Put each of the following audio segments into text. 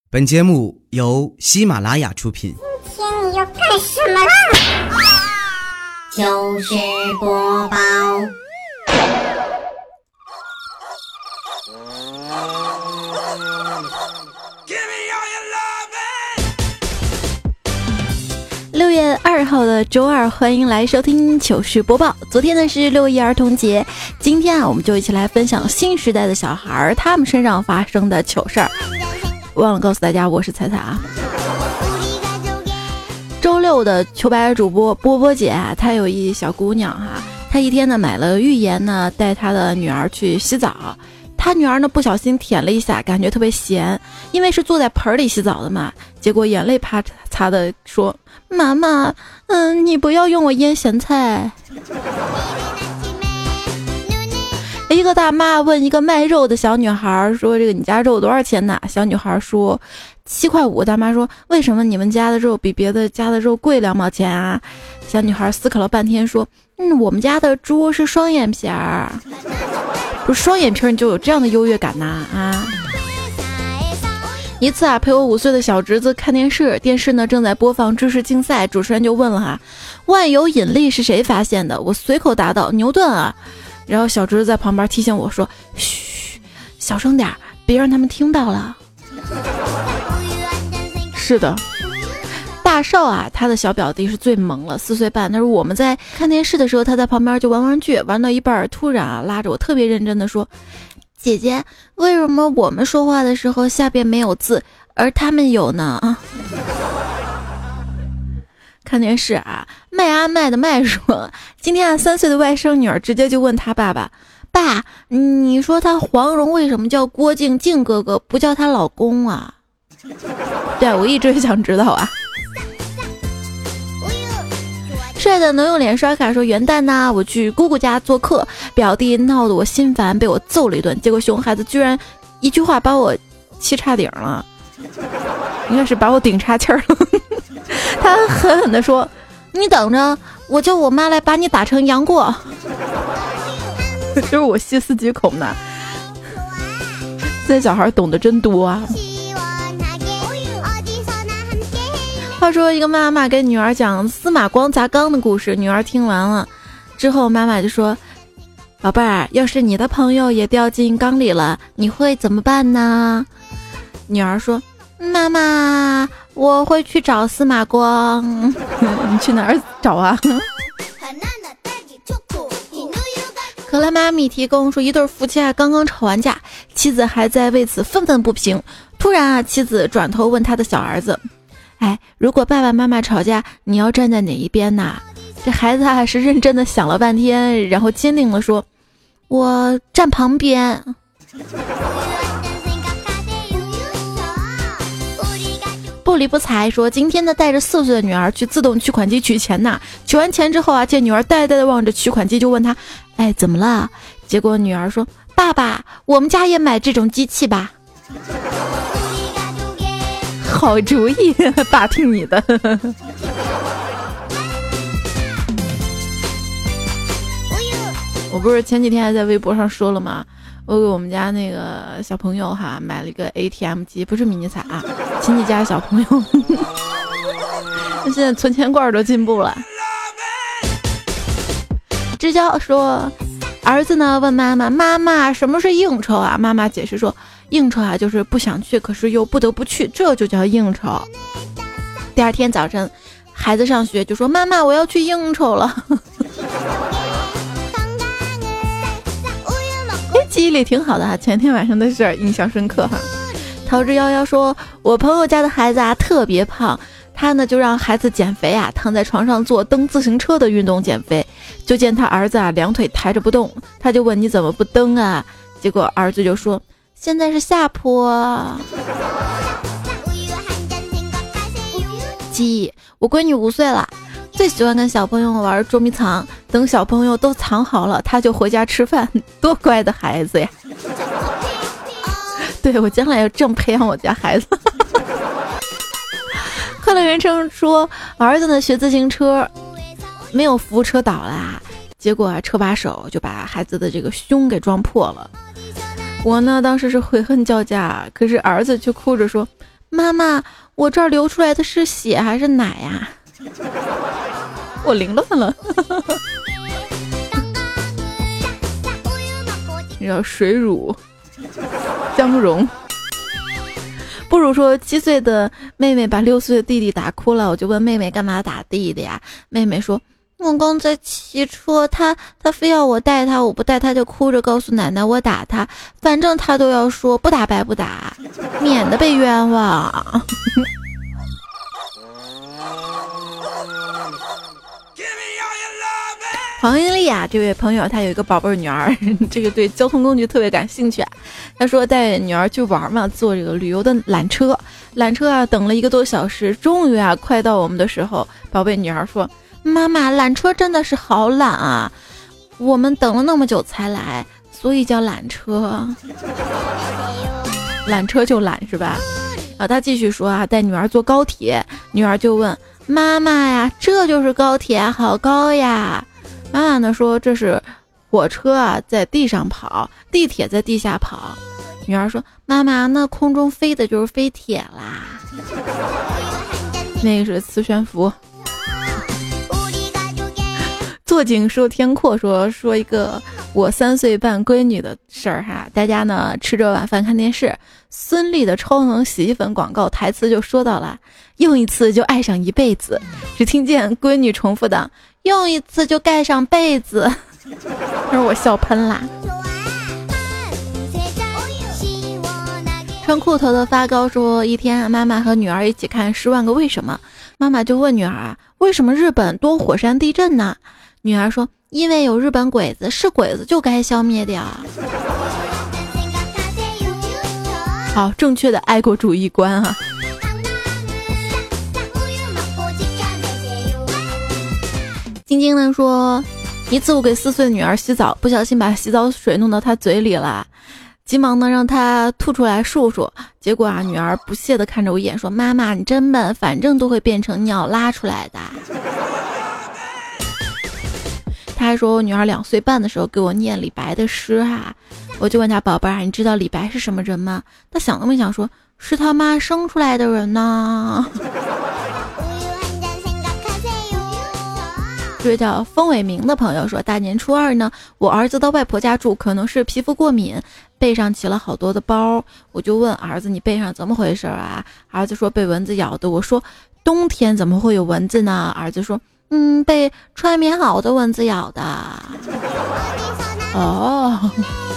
本节目由喜马拉雅出品。 今天你要干什么啦？ 糗事播报。 6月2号的周二，欢迎来收听糗事播报。昨天呢是6一儿童节，今天我们就一起来分享新时代的小孩他们身上发生的糗事儿。忘了告诉大家，我是彩彩啊。周六的糗白主播波波姐啊，她有一小姑娘哈，她一天呢买了浴盐呢，带她的女儿去洗澡。她女儿呢不小心舔了一下，感觉特别咸，因为是坐在盆里洗澡的嘛，结果眼泪啪擦的说：“妈妈，你不要用我腌咸菜。”一个大妈问一个卖肉的小女孩说：“这个你家肉多少钱呢？”小女孩说：“7块5。”大妈说：“为什么你们家的肉比别的家的肉贵2毛钱啊？”小女孩思考了半天说：“我们家的猪是双眼皮儿。”不是双眼皮你就有这样的优越感呐啊！一次啊，陪我5岁的小侄子看电视，电视呢正在播放知识竞赛，主持人就问了哈：“万有引力是谁发现的？”我随口答道：“牛顿啊。”然后小侄子在旁边提醒我说：“嘘，小声点，别让他们听到了。”是的。大少啊，他的小表弟是最萌了，4岁半。他说我们在看电视的时候，他在旁边就玩玩具，玩到一半，突然啊拉着我特别认真的说：“姐姐，为什么我们说话的时候下边没有字，而他们有呢？”看电视啊，麦的麦说，今天啊3岁的外甥女儿直接就问他爸爸：“爸，你说他黄蓉为什么叫郭靖靖哥哥，不叫她老公啊？”对，我一直想知道啊。帅的能用脸刷卡说：“元旦呢，我去姑姑家做客，表弟闹得我心烦，被我揍了一顿，结果熊孩子居然一句话把我气岔顶了，应该是把我顶岔气儿了。”他狠狠地说：“你等着，我叫我妈来把你打成杨过。”就是我细思极恐的，这小孩懂得真多啊。话说一个妈妈给女儿讲司马光砸缸的故事，女儿听完了之后，妈妈就说：“宝贝儿，要是你的朋友也掉进缸里了，你会怎么办呢？”女儿说：“妈妈，我会去找司马光。”你去哪儿找啊？可乐妈咪提供说，一对夫妻啊刚刚吵完架，妻子还在为此愤愤不平。突然啊，妻子转头问他的小儿子：“哎，如果爸爸妈妈吵架，你要站在哪一边呐？”这孩子啊是认真的想了半天，然后坚定地说：“我站旁边。”不理不睬说，今天呢带着4岁的女儿去自动取款机取钱呐，取完钱之后啊，见女儿呆呆的望着取款机，就问她：“哎，怎么了？”结果女儿说：“爸爸，我们家也买这种机器吧。”好主意，爸听你的。我不是前几天还在微博上说了吗？我给我们家那个小朋友哈买了一个 ATM 机，不是迷你彩啊，亲戚家小朋友。现在存钱罐都进步了。支交说，儿子呢问妈妈：“妈妈，什么是应酬啊？”妈妈解释说：“应酬啊，就是不想去，可是又不得不去，这就叫应酬。”第二天早晨，孩子上学就说：“妈妈，我要去应酬了。”记忆力挺好的哈，前天晚上的事儿印象深刻哈。桃之夭夭说，我朋友家的孩子啊特别胖，他呢就让孩子减肥啊，躺在床上做蹬自行车的运动减肥。就见他儿子啊2腿抬着不动，他就问：“你怎么不蹬啊？”结果儿子就说：“现在是下坡。”记忆，我闺女5岁了，最喜欢跟小朋友玩捉迷藏，等小朋友都藏好了，他就回家吃饭，多乖的孩子呀。对，我将来要这么培养我家孩子。快乐人称说，儿子呢学自行车没有扶车倒啦，结果啊车把手就把孩子的这个胸给撞破了。我呢当时是悔恨交加，可是儿子却哭着说：“ 妈妈，我这儿流出来的是血还是奶呀？我灵了了。你叫水乳姜蓉。不如说7岁的妹妹把6岁的弟弟打哭了，我就问妹妹干嘛打弟弟呀？妹妹说我刚在骑车，他非要我带他，我不带他就哭着告诉奶奶我打他，反正他都要说不打白不打，免得被冤枉。黄英丽啊，这位朋友他有一个宝贝女儿，这个对交通工具特别感兴趣啊。他说带女儿去玩嘛，坐这个旅游的缆车啊，等了1个多小时，终于啊快到我们的时候，宝贝女儿说：“妈妈，缆车真的是好懒啊，我们等了那么久才来，所以叫缆车。”缆车就懒是吧？啊，他继续说啊，带女儿坐高铁，女儿就问妈妈呀，这就是高铁，好高呀。妈妈呢说这是火车啊，在地上跑，地铁在地下跑。女儿说妈妈，那空中飞的就是飞铁啦。那个是磁悬浮。坐井收天阔说一个我3岁半闺女的事儿哈，大家呢吃着晚饭看电视，孙俪的超能洗衣粉广告台词就说到了用一次就爱上一辈子，只听见闺女重复的用一次就盖上被子，让我笑喷啦。穿裤头的发糕说，一天妈妈和女儿一起看10万个为什么，妈妈就问女儿啊，为什么日本多火山地震呢？女儿说，因为有日本鬼子，是鬼子就该消灭掉。好，正确的爱国主义观啊。晶晶呢说，一次我给4岁的女儿洗澡，不小心把洗澡水弄到她嘴里了，急忙呢让她吐出来漱漱，结果啊女儿不屑地看着我一眼说，妈妈你真笨，反正都会变成尿拉出来的。她还说我女儿2岁半的时候给我念李白的诗啊，我就问她，宝贝儿，你知道李白是什么人吗？她想都没想说，是他妈生出来的人呢。这位叫风伟明的朋友说，大年初2呢，我儿子到外婆家住，可能是皮肤过敏，背上起了好多的包，我就问儿子，你背上怎么回事啊？儿子说被蚊子咬的。我说冬天怎么会有蚊子呢？儿子说被穿棉袄的蚊子咬的。哦，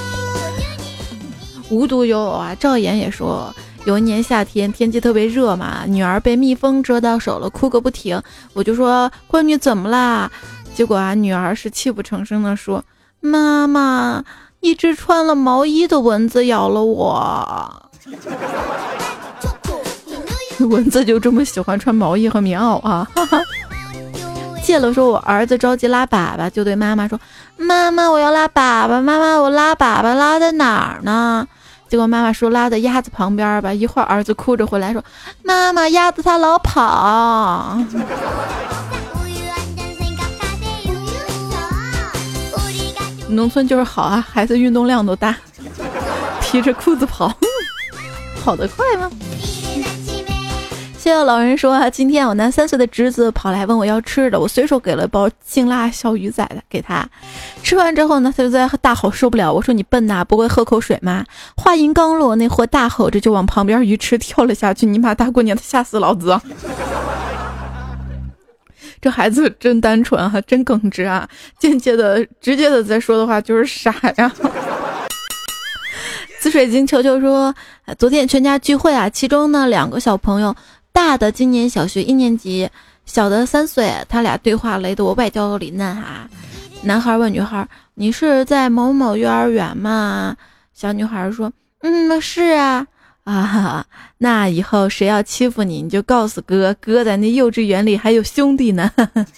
无独有偶啊，赵岩也说，有一年夏天天气特别热嘛，女儿被蜜蜂蛰到手了，哭个不停，我就说闺女怎么啦？结果啊女儿是泣不成声的说，妈妈，一只穿了毛衣的蚊子咬了我。蚊子就这么喜欢穿毛衣和棉袄啊。借了说我儿子着急拉粑粑，就对妈妈说，妈妈我要拉粑粑，妈妈我拉粑粑拉在哪儿呢？结果妈妈说拉在鸭子旁边吧，一会儿儿子哭着回来说，妈妈鸭子它老跑。农村就是好啊，孩子运动量都大，提着裤子跑，跑得快吗？谢谢老人说啊，今天我男3岁的侄子跑来问我要吃的，我随手给了包辛辣小鱼仔的给他。吃完之后呢，他就在大吼受不了，我说你笨呐，不会喝口水吗？话音刚落，那货大吼着就往旁边鱼池跳了下去，你妈大过年的吓死老子啊！这孩子真单纯啊，真耿直啊，间接的直接的在说的话就是傻呀。紫水晶球球说，昨天全家聚会啊，其中呢2个小朋友，大的今年小学1年级，小的3岁，他俩对话雷得我外焦里嫩哈。男孩问女孩，你是在某某幼儿园吗？小女孩说，是啊。啊，那以后谁要欺负你，你就告诉哥，哥在那幼稚园里还有兄弟呢。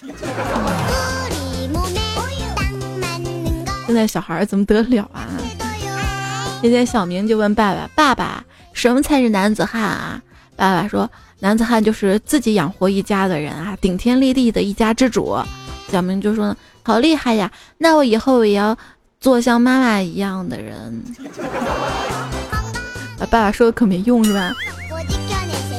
现在小孩怎么得了啊？今天小明就问爸爸，爸爸什么才是男子汉啊？爸爸说，男子汉就是自己养活一家的人啊，顶天立地的一家之主。小明就说，好厉害呀，那我以后也要做像妈妈一样的人。爸爸说的可没用是吧？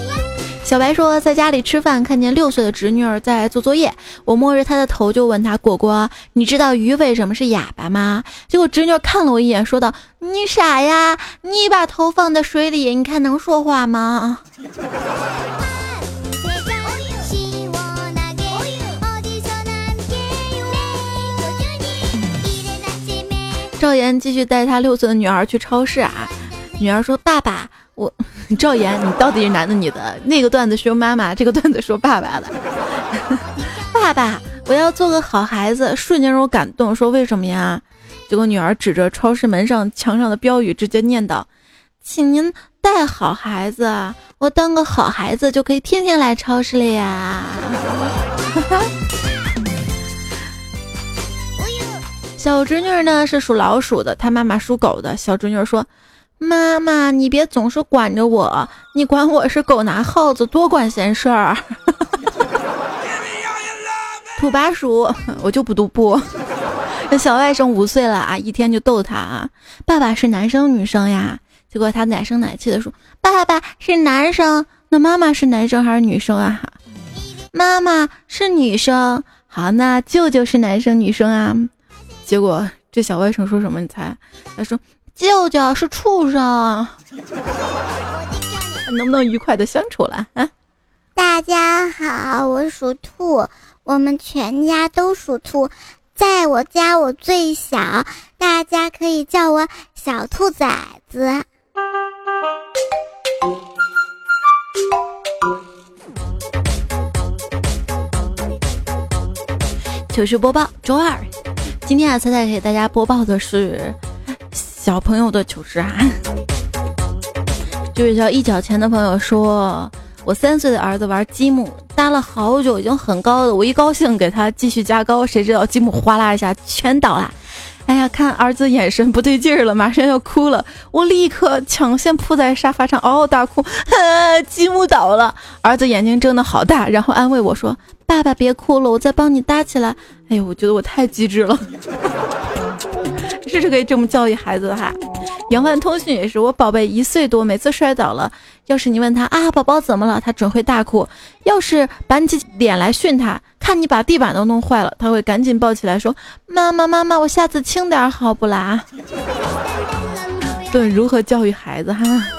小白说，在家里吃饭，看见6岁的侄女儿在做作业，我摸着她的头就问她，果果，你知道鱼为什么是哑巴吗？结果侄女儿看了我一眼，说道，你傻呀，你把头放在水里，你看能说话吗？赵岩继续带他6岁的女儿去超市啊，女儿说，爸爸，赵岩，你到底是男的女的？那个段子说妈妈，这个段子说爸爸的。爸爸，我要做个好孩子，瞬间让我感动，说为什么呀？结果女儿指着超市门上墙上的标语直接念叨，请您带好孩子，我当个好孩子就可以天天来超市了呀。小侄女呢是属老鼠的，她妈妈属狗的。小侄女说，妈妈你别总是管着我，你管我是狗拿耗子，多管闲事儿。土拨鼠，我就不读不。小外甥5岁了啊，一天就逗他啊，爸爸是男生女生呀？结果他奶声奶气的说，爸爸是男生，那妈妈是男生还是女生啊？妈妈是女生，好，那舅舅是男生女生啊？结果这小外甥说什么你猜？他说舅舅是畜生。能不能愉快的相处了啊？ 大家好，我属兔，我们全家都属兔，在我家我最小，大家可以叫我小兔崽子。 糗事播报周2，今天彩彩给大家播报的是小朋友的糗事啊。就是叫一角钱的朋友说，我3岁的儿子玩积木搭了好久，已经很高的，我一高兴给他继续加高，谁知道积木哗啦一下全倒了。哎呀，看儿子眼神不对劲儿了，马上要哭了，我立刻抢先扑在沙发上嗷嗷大哭，积木倒了。儿子眼睛睁得好大，然后安慰我说，爸爸别哭了，我再帮你搭起来。哎呦，我觉得我太机智了。是可以这么教育孩子的哈。杨万通讯也是，我宝贝1岁多，每次摔倒了，要是你问他啊宝宝怎么了，他准会大哭，要是板起脸来训他，看你把地板都弄坏了，他会赶紧抱起来说，妈妈妈妈，我下次轻点好不啦？对，如何教育孩子哈。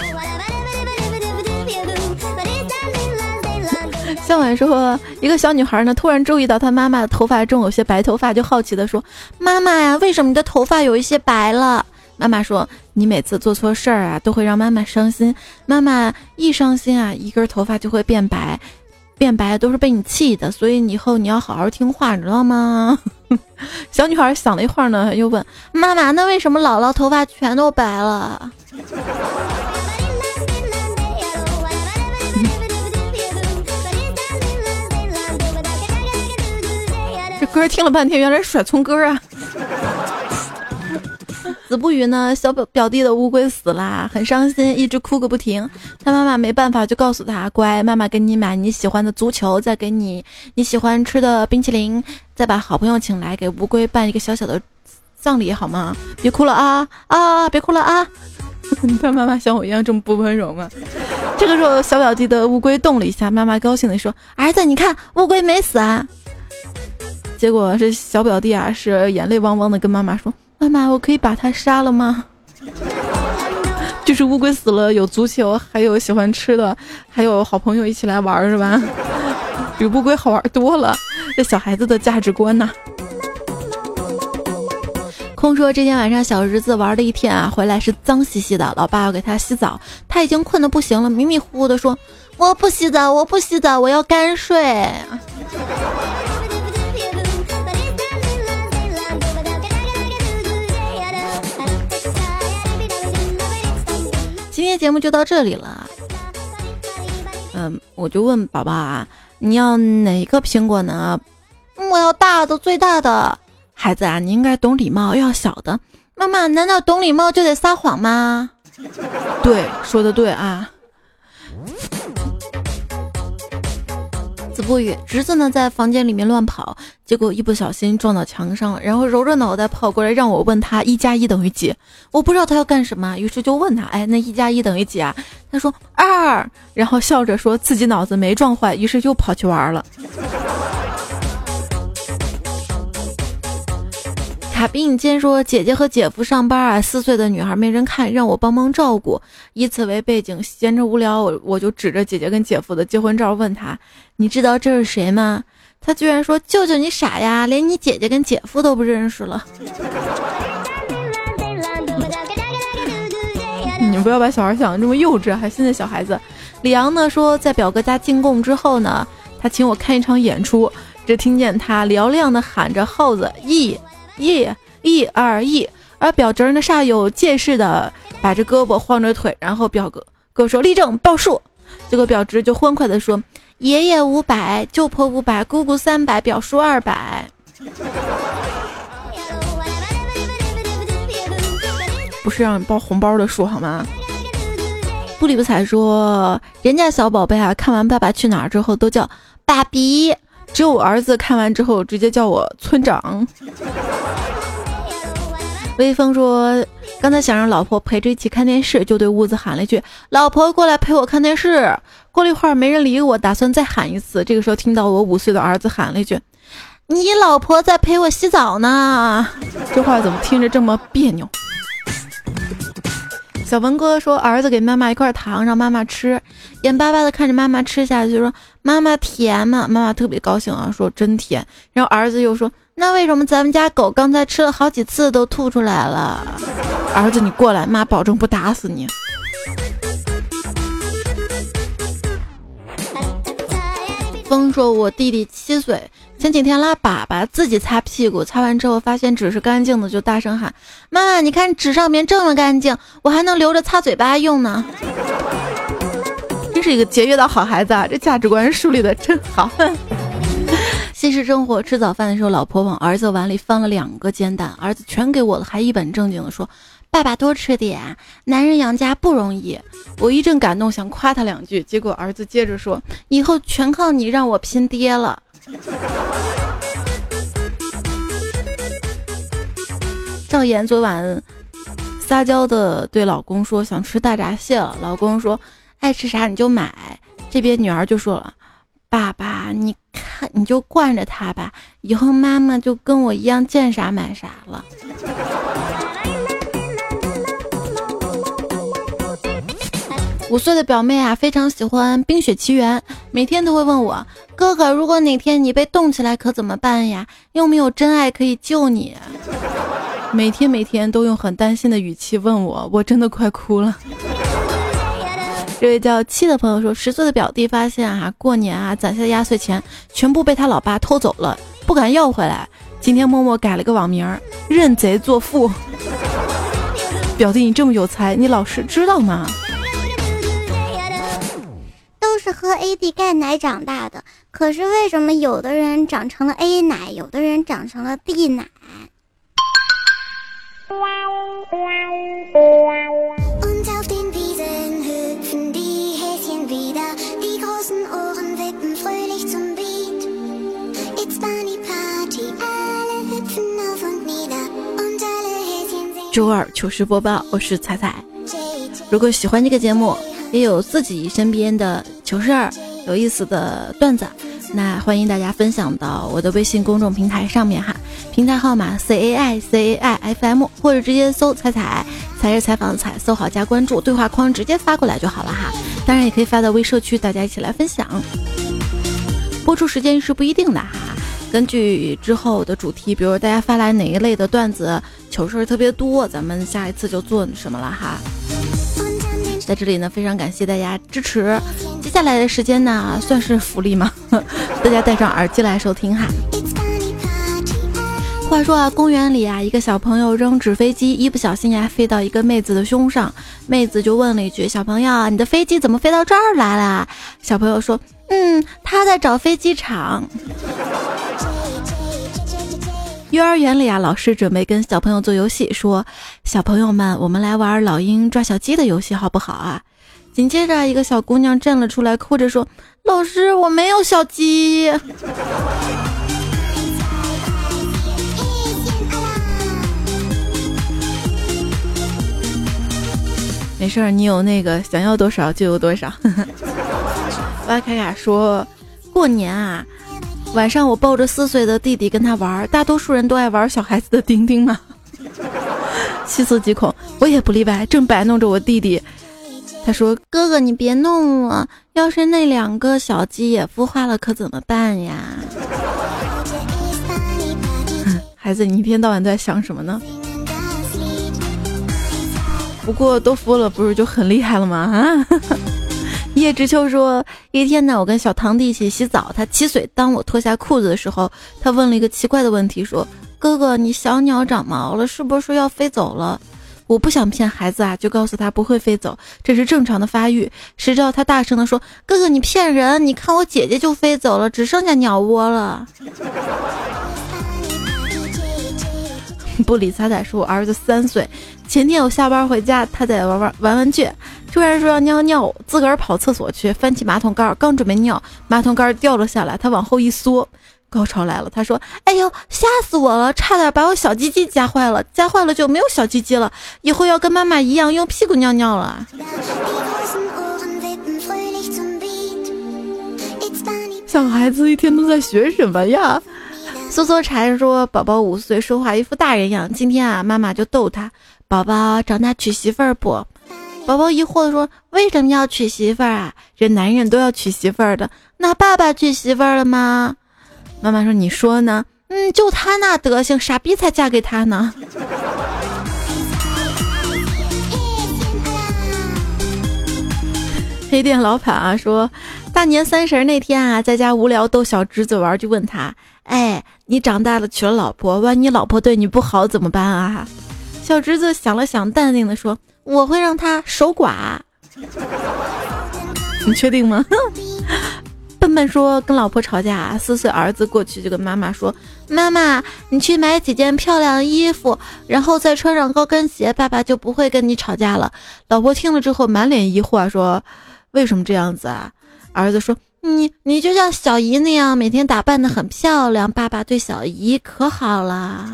向晚说，一个小女孩呢，突然注意到她妈妈的头发中有些白头发，就好奇的说，妈妈呀，为什么你的头发有一些白了？妈妈说，你每次做错事儿啊，都会让妈妈伤心，妈妈一伤心啊，一根头发就会变白，变白都是被你气的，所以以后你要好好听话，你知道吗？小女孩想了一会儿呢，又问妈妈，那为什么姥姥头发全都白了？这歌听了半天，原来是甩葱歌啊！子不语呢，小表弟的乌龟死啦，很伤心，一直哭个不停。他妈妈没办法，就告诉他，乖，妈妈给你买你喜欢的足球，再给你喜欢吃的冰淇淋，再把好朋友请来，给乌龟办一个小小的葬礼好吗？别哭了啊，别哭了啊！他妈妈像我一样这么不温柔吗？这个时候小表弟的乌龟动了一下，妈妈高兴地说，儿子你看乌龟没死啊。结果这小表弟啊是眼泪汪汪的跟妈妈说，妈妈我可以把它杀了吗？就是乌龟死了有足球，还有喜欢吃的，还有好朋友一起来玩是吧？比乌龟好玩多了，这小孩子的价值观呢。空说这天晚上小侄子玩了一天啊，回来是脏兮兮的，老爸要给他洗澡，他已经困得不行了，迷迷糊糊的说，我不洗澡，我不洗澡，我要干睡。今天节目就到这里了，我就问宝宝啊，你要哪个苹果呢？我要大的，最大的。孩子啊，你应该懂礼貌，要小的。妈妈，难道懂礼貌就得撒谎吗？对，说的对啊。子不语，侄子呢在房间里面乱跑，结果一不小心撞到墙上了，然后揉着脑袋跑过来让我问他1+1等于几，我不知道他要干什么，于是就问他，那1+1等于几啊？他说2，然后笑着说自己脑子没撞坏，于是又跑去玩了。卡比你今说姐姐和姐夫上班啊，4岁的女孩没人看，让我帮忙照顾。以此为背景，闲着无聊，我就指着姐姐跟姐夫的结婚照问他，你知道这是谁吗？他居然说舅舅你傻呀，连你姐姐跟姐夫都不认识了。你不要把小孩想得这么幼稚，还现在小孩子。李阳呢说在表哥家进贡之后呢，他请我看一场演出，只听见他嘹亮的喊着号子1 1 2 1，而表侄呢煞有介事的摆着胳膊晃着腿，然后表哥说立正报数，结果表侄就欢快的说爷爷500，舅婆500，姑姑300，表叔200。不是让你包红包的数好吗？不理不睬说人家小宝贝啊，看完爸爸去哪儿之后都叫爸比，只有我儿子看完之后直接叫我村长。微风说刚才想让老婆陪着一起看电视，就对屋子喊了一句老婆过来陪我看电视。过了一会儿没人理我，打算再喊一次，这个时候听到我5岁的儿子喊了一句你老婆在陪我洗澡呢。这话怎么听着这么别扭？小文哥说儿子给妈妈一块糖让妈妈吃，眼巴巴的看着妈妈吃下去，说妈妈甜吗？妈妈特别高兴啊，说真甜。然后儿子又说那为什么咱们家狗刚才吃了好几次都吐出来了？儿子你过来，妈保证不打死你。风说我弟弟7岁，前几天拉粑粑自己擦屁股，擦完之后发现纸是干净的，就大声喊妈妈你看纸上面这么干净，我还能留着擦嘴巴用呢。真是一个节约的好孩子啊，这价值观树立的真好。现实生活吃早饭的时候，老婆往儿子碗里放了2个煎蛋，儿子全给我了，还一本正经的说爸爸多吃点，男人养家不容易。我一阵感动，想夸他2句，结果儿子接着说以后全靠你让我拼爹了。赵岩昨晚撒娇的对老公说想吃大闸蟹了，老公说爱吃啥你就买。这边女儿就说了爸爸你看你就惯着他吧，以后妈妈就跟我一样见啥买啥了。5岁的表妹啊非常喜欢冰雪奇缘，每天都会问我哥哥如果哪天你被冻起来可怎么办呀，又没有真爱可以救你。每天都用很担心的语气问我，我真的快哭了。这位叫七的朋友说10岁的表弟发现啊过年啊攒下的压岁钱全部被他老爸偷走了，不敢要回来，今天默默改了个网名认贼作父。表弟你这么有才，你老师知道吗？ 都是喝 AD 钙奶长大的，可是为什么有的人长成了 A 奶，有的人长成了 D 奶？ 周二糗事播报，我是彩彩。如果喜欢这个节目，也有自己身边的糗事儿、有意思的段子，那欢迎大家分享到我的微信公众平台上面哈，平台号码 CAICAIFM， 或者直接搜彩彩，才是采访的采，搜好加关注，对话框直接发过来就好了哈。当然也可以发到微社区，大家一起来分享。播出时间是不一定的哈，根据之后的主题，比如大家发来哪一类的段子糗事特别多，咱们下一次就做什么了哈。在这里呢，非常感谢大家支持。接下来的时间呢，算是福利吗？大家戴上耳机来收听哈。话说啊，公园里啊，一个小朋友扔纸飞机，一不小心呀飞到一个妹子的胸上，妹子就问了一句：“小朋友，你的飞机怎么飞到这儿来了？”小朋友说：“他在找飞机场。”幼儿园里啊，老师准备跟小朋友做游戏，说：“小朋友们，我们来玩老鹰抓小鸡的游戏好不好啊？” 紧接着一个小姑娘站了出来，哭着说：“老师，我没有小鸡。”没事儿，你有那个想要多少就有多少。哇卡卡说，过年啊，晚上我抱着4岁的弟弟跟他玩，大多数人都爱玩小孩子的钉钉嘛。细思极恐，我也不例外，正摆弄着我弟弟。他说：“哥哥，你别弄我，要是那2个小鸡也孵化了，可怎么办呀？”孩子，你一天到晚都在想什么呢？不过都孵了，不是就很厉害了吗？啊！叶知秋说，一天呢，我跟小堂弟一起洗澡，他7岁。当我脱下裤子的时候，他问了一个奇怪的问题，说：“哥哥，你小鸟长毛了，是不是要飞走了？”我不想骗孩子啊，就告诉他不会飞走，这是正常的发育。谁知道他大声地说：“哥哥，你骗人！你看我姐姐就飞走了，只剩下鸟窝了。”不理睬睬说，我儿子3岁。前天我下班回家，他在玩玩具，突然说要尿尿，自个儿跑厕所去，翻起马桶盖，刚准备尿，马桶盖掉了下来，他往后一缩，高潮来了。他说：“哎呦，吓死我了，差点把我小鸡鸡夹坏了，夹坏了就没有小鸡鸡了，以后要跟妈妈一样用屁股尿尿了。”小孩子一天都在学什么呀？搜搜柴说，宝宝5岁，说话一副大人样。今天啊，妈妈就逗他：“宝宝长大娶媳妇儿不？”宝宝疑惑地说：“为什么要娶媳妇儿啊？这男人都要娶媳妇儿的，那爸爸娶媳妇儿了吗？”妈妈说：“你说呢？就他那德行，傻逼才嫁给他呢。”黑店老板啊说，大年30那天啊，在家无聊逗小侄子玩，就问他：“哎，你长大了娶了老婆，万一你老婆对你不好怎么办啊？”小侄子想了想，淡定地说：“我会让他守寡。”你确定吗？笨笨说，跟老婆吵架，4岁儿子过去就跟妈妈说：“妈妈，你去买几件漂亮的衣服，然后再穿上高跟鞋，爸爸就不会跟你吵架了。”老婆听了之后满脸疑惑说：“为什么这样子啊？”儿子说：“你就像小姨那样，每天打扮得很漂亮，爸爸对小姨可好了。”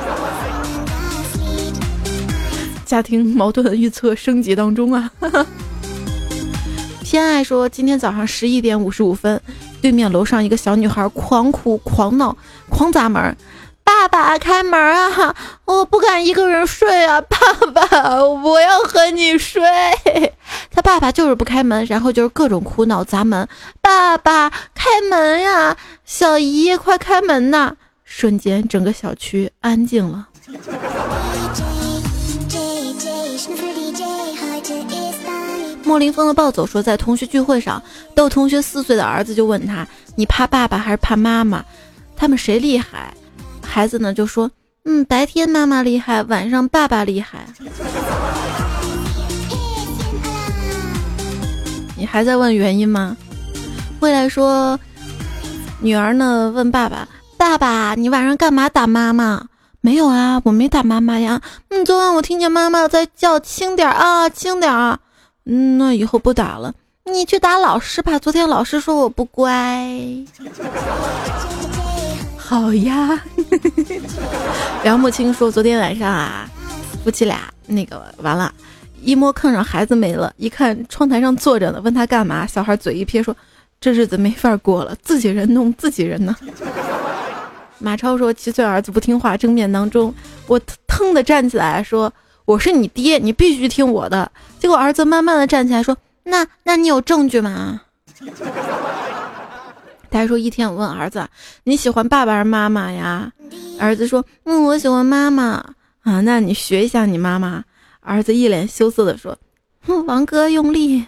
家庭矛盾预测升级当中啊。偏爱说，今天早上11点55分，对面楼上一个小女孩狂哭狂闹狂砸门：“爸爸开门啊，我不敢一个人睡啊，爸爸我要和你睡。”他爸爸就是不开门，然后就是各种哭闹砸门：“爸爸开门呀，小姨快开门呐！”瞬间整个小区安静了。莫林峰的暴走说，在同学聚会上，逗同学4岁的儿子就问他：“你怕爸爸还是怕妈妈？他们谁厉害？”孩子呢就说：“白天妈妈厉害，晚上爸爸厉害。”你还在问原因吗？未来说，女儿呢问爸爸：“爸爸，你晚上干嘛打妈妈？”“没有啊，我没打妈妈呀。”“昨晚我听见妈妈在叫轻点啊，轻点啊。”“那以后不打了。”“你去打老师吧，昨天老师说我不乖。”“好呀。”梁木青说，昨天晚上啊，夫妻俩那个完了，一摸炕上孩子没了，一看窗台上坐着呢，问他干嘛，小孩嘴一撇说：“这日子没法过了，自己人弄自己人呢。”马超说，7岁儿子不听话，争辩当中，我腾的站起来说：“我是你爹，你必须听我的。”结果儿子慢慢的站起来说：“那你有证据吗？”他还说，一天我问儿子：“你喜欢爸爸还是妈妈呀？”儿子说：“我喜欢妈妈。”啊，那你学一下你妈妈。儿子一脸羞涩的说：“王哥用力。”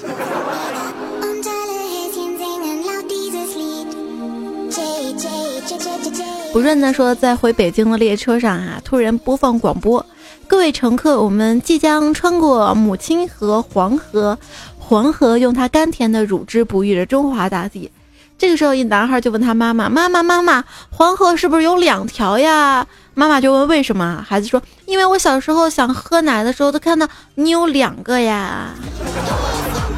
不润的说，在回北京的列车上啊，突然播放广播：“各位乘客，我们即将穿过母亲河黄河，黄河用它甘甜的乳汁哺育着中华大地。”这个时候，一男孩就问他妈妈：“妈妈，黄河是不是有2条呀？”妈妈就问为什么，孩子说：“因为我小时候想喝奶的时候，都看到你有2个呀。”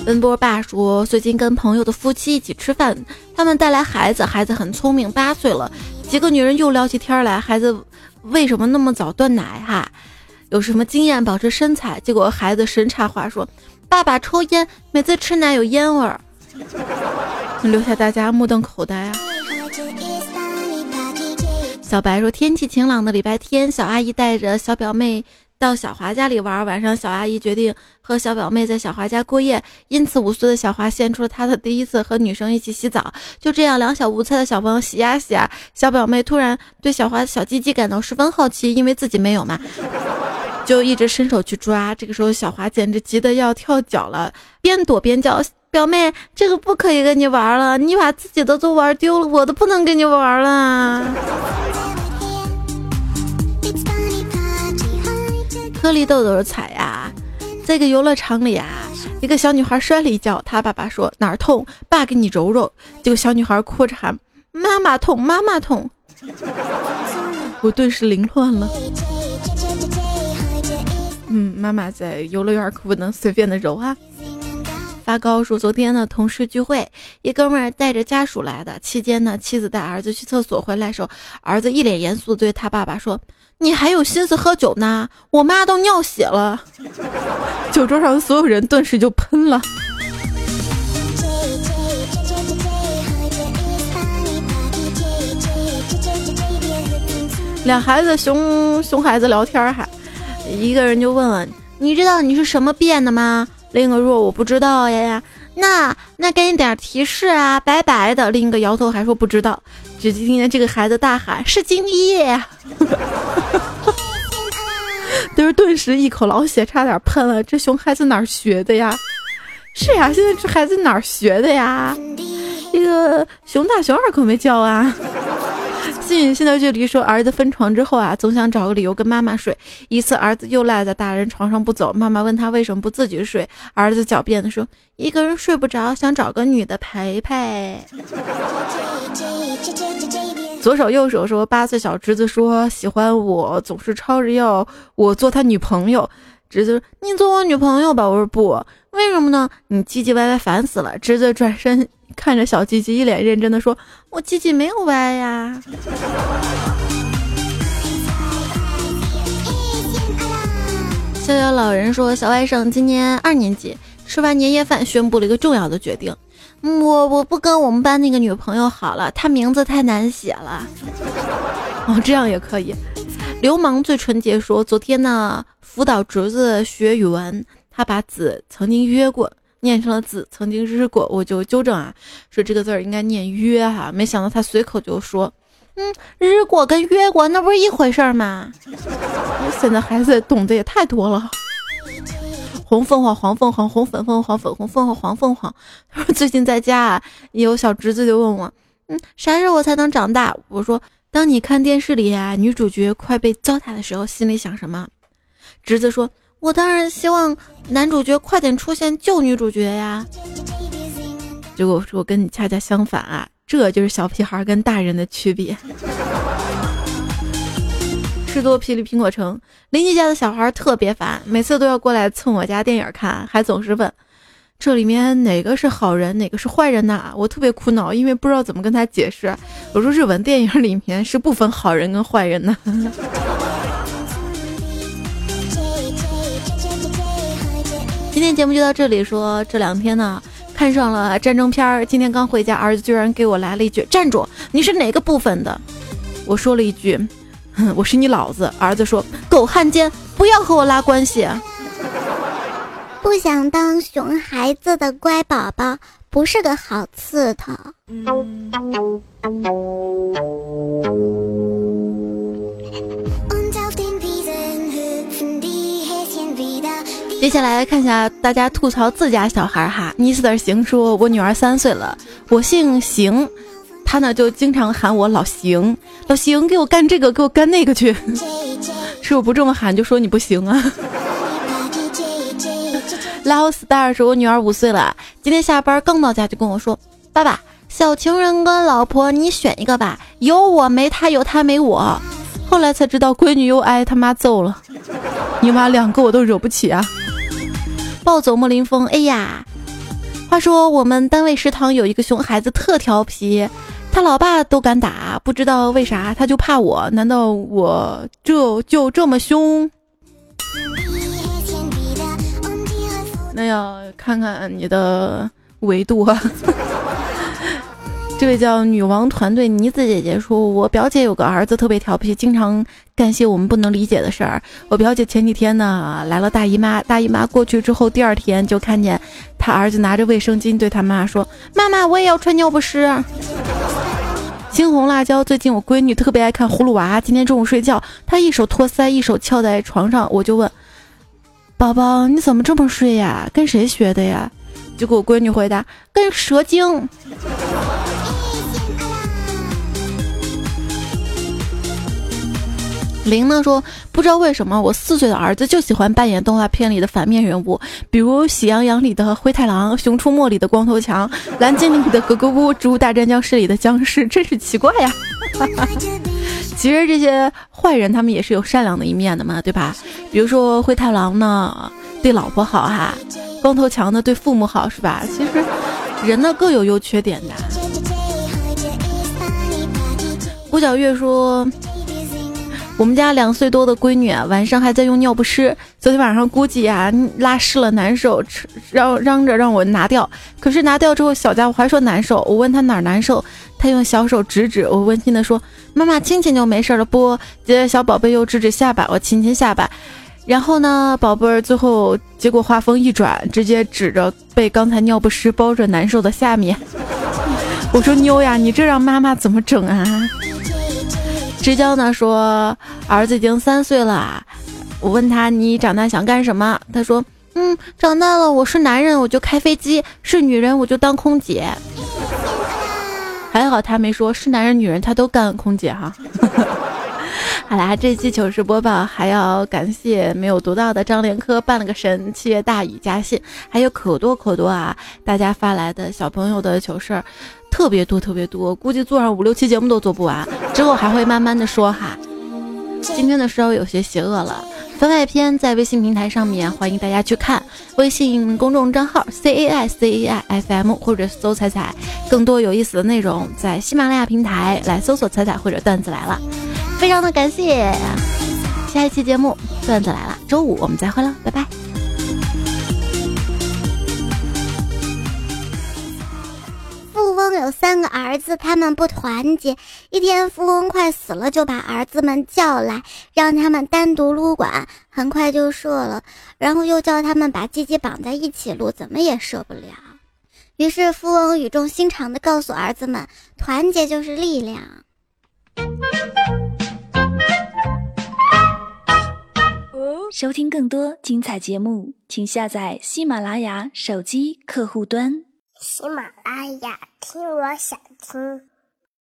温波爸说，最近跟朋友的夫妻一起吃饭，他们带来孩子，孩子很聪明，8岁了。几个女人又聊起天来，孩子为什么那么早断奶哈？有什么经验保持身材？结果孩子神插话说，爸爸抽烟，每次吃奶有烟味儿，留下大家目瞪口呆啊。小白说，天气晴朗的礼拜天，小阿姨带着小表妹到小华家里玩，晚上小阿姨决定和小表妹在小华家过夜，因此5岁的小华献出了她的第一次和女生一起洗澡。就这样，两小无猜的小朋友洗呀洗呀，小表妹突然对小华的小鸡鸡感到十分好奇，因为自己没有嘛，就一直伸手去抓。这个时候小华简直急得要跳脚了，边躲边叫，表妹，这个不可以跟你玩了，你把自己的都玩丢了，我都不能跟你玩了。颗粒豆豆踩呀，在一个游乐场里啊，一个小女孩摔了一跤，她爸爸说哪儿痛，爸给你揉揉。结果小女孩哭着喊妈妈痛，妈妈痛。我顿时凌乱了。妈妈在游乐园可不能随便的揉啊。发高说，昨天呢同事聚会，一哥们儿带着家属来的，期间呢妻子带儿子去厕所回来时候，儿子一脸严肃对他爸爸说，你还有心思喝酒呢，我妈都尿血了。酒桌上所有人顿时就喷了。俩孩子熊孩子聊天哈，一个人就问问，你知道你是什么变的吗？另一个说我不知道呀。那给你点提示啊，白白的。另一个摇头还说不知道。只听见这个孩子大喊是精液。就是顿时一口老血差点喷了，这熊孩子哪儿学的呀？是呀，现在这孩子哪儿学的呀？这个熊大熊二可没教啊。新宇现在这里说，儿子分床之后啊，总想找个理由跟妈妈睡。一次儿子又赖在大人床上不走，妈妈问他为什么不自己睡，儿子狡辩的说，一个人睡不着，想找个女的陪陪。左手右手说，8岁小侄子说喜欢我，总是吵着要我做他女朋友。侄子说，你做我女朋友吧。我说不。为什么呢？你唧唧歪歪烦死了。侄子转身看着小鸡鸡，一脸认真的说，我鸡鸡没有歪呀。逍遥老人说，小外甥今年2年级，吃完年夜饭宣布了一个重要的决定，我不跟我们班那个女朋友好了，她名字太难写了。哦，这样也可以。流氓最纯洁说，昨天呢辅导侄子学语文，他把子曾经约过念成了子曾经日过，我就纠正啊，说这个字儿应该念约哈，没想到他随口就说日过跟约过那不是一回事吗？现在孩子懂得也太多了。红凤凰黄凤凰红粉凤凰粉红凤凰黄凤凰。他说最近在家啊，有小侄子就问我啥时候我才能长大？我说当你看电视里啊女主角快被糟蹋的时候，心里想什么？侄子说，我当然希望男主角快点出现救女主角呀。结果我说我跟你恰恰相反啊，这就是小屁孩跟大人的区别。士多霹雳苹果城，邻居家的小孩特别烦，每次都要过来蹭我家电影看，还总是问这里面哪个是好人哪个是坏人呐？我特别苦恼，因为不知道怎么跟他解释。我说日本电影里面是不分好人跟坏人的。今天节目就到这里，说这2天呢看上了战争片儿，今天刚回家，儿子居然给我来了一句，站住，你是哪个部分的？我说了一句我是你老子。儿子说，狗汉奸，不要和我拉关系。 不想当熊孩子的乖宝宝不是个好刺头。 接下来看一下大家吐槽自家小孩哈。Mr. 行说，我女儿3岁了，我姓邢，她呢就经常喊我老邢，老邢给我干这个给我干那个去。是我不这么喊就说你不行啊。老 star 说，我女儿5岁了，今天下班刚到家就跟我说，爸爸，小情人跟老婆你选一个吧，有我没他，有他没我。后来才知道闺女又挨他妈揍了，你妈2个我都惹不起啊。暴走莫林峰，哎呀， 话说我们单位食堂有一个熊孩子特调皮，他老爸都敢打，不知道为啥他就怕我，难道我就这么凶？那要看看你的维度啊。这位叫女王团队妮子姐姐说，我表姐有个儿子特别调皮，经常干些我们不能理解的事儿。我表姐前几天呢来了大姨妈，大姨妈过去之后第二天就看见她儿子拿着卫生巾对她妈说，妈妈我也要穿尿不湿。猩红辣椒，最近我闺女特别爱看葫芦娃，今天中午睡觉她一手托腮一手翘在床上，我就问宝宝你怎么这么睡呀，跟谁学的呀？结果我闺女回答跟蛇精。玲呢说，不知道为什么我4岁的儿子就喜欢扮演动画片里的反面人物，比如喜羊羊里的灰太狼，熊出没里的光头强，蓝精灵里的格格巫，植物大战僵尸里的僵尸，真是奇怪呀。其实这些坏人他们也是有善良的一面的嘛，对吧？比如说灰太狼呢对老婆好哈，光头强呢对父母好，是吧？其实人呢各有优缺点的。郭小月说，我们家2岁多的闺女啊，晚上还在用尿不湿，昨天晚上估计啊拉湿了难受，嚷着让我拿掉，可是拿掉之后小家伙还说难受，我问他哪儿难受，他用小手指指，我温馨的说妈妈亲亲就没事了不？接着小宝贝又指指下巴，我亲亲下巴，然后呢宝贝儿最后结果话锋一转，直接指着被刚才尿不湿包着难受的下面。我说妞呀，你这让妈妈怎么整啊？之交呢说，儿子已经3岁了，我问他你长大想干什么，他说长大了我是男人我就开飞机，是女人我就当空姐。还好他没说是男人女人他都干空姐哈。好啦，这期糗事播报还要感谢没有读到的张连科办了个神，7月大雨加信，还有可多啊，大家发来的小朋友的糗事儿特别多，估计做上5、6期节目都做不完，之后还会慢慢的说哈。今天的稍微有些邪恶了，番外篇在微信平台上面，欢迎大家去看微信公众账号 CAIFM 或者搜彩彩，更多有意思的内容在喜马拉雅平台来搜索彩彩或者段子来了，非常的感谢。下一期节目段子来了，周5我们再会了，拜拜。 富翁有3个儿子，他们不团结。一天富翁快死了，就把儿子们叫来，让他们单独撸管，很快就射了，然后又叫他们把鸡鸡绑在一起撸，怎么也射不了。于是富翁语重心长地告诉儿子们，团结就是力量。 收听更多精彩节目，请下载喜马拉雅手机客户端。 喜马拉雅，听我想听。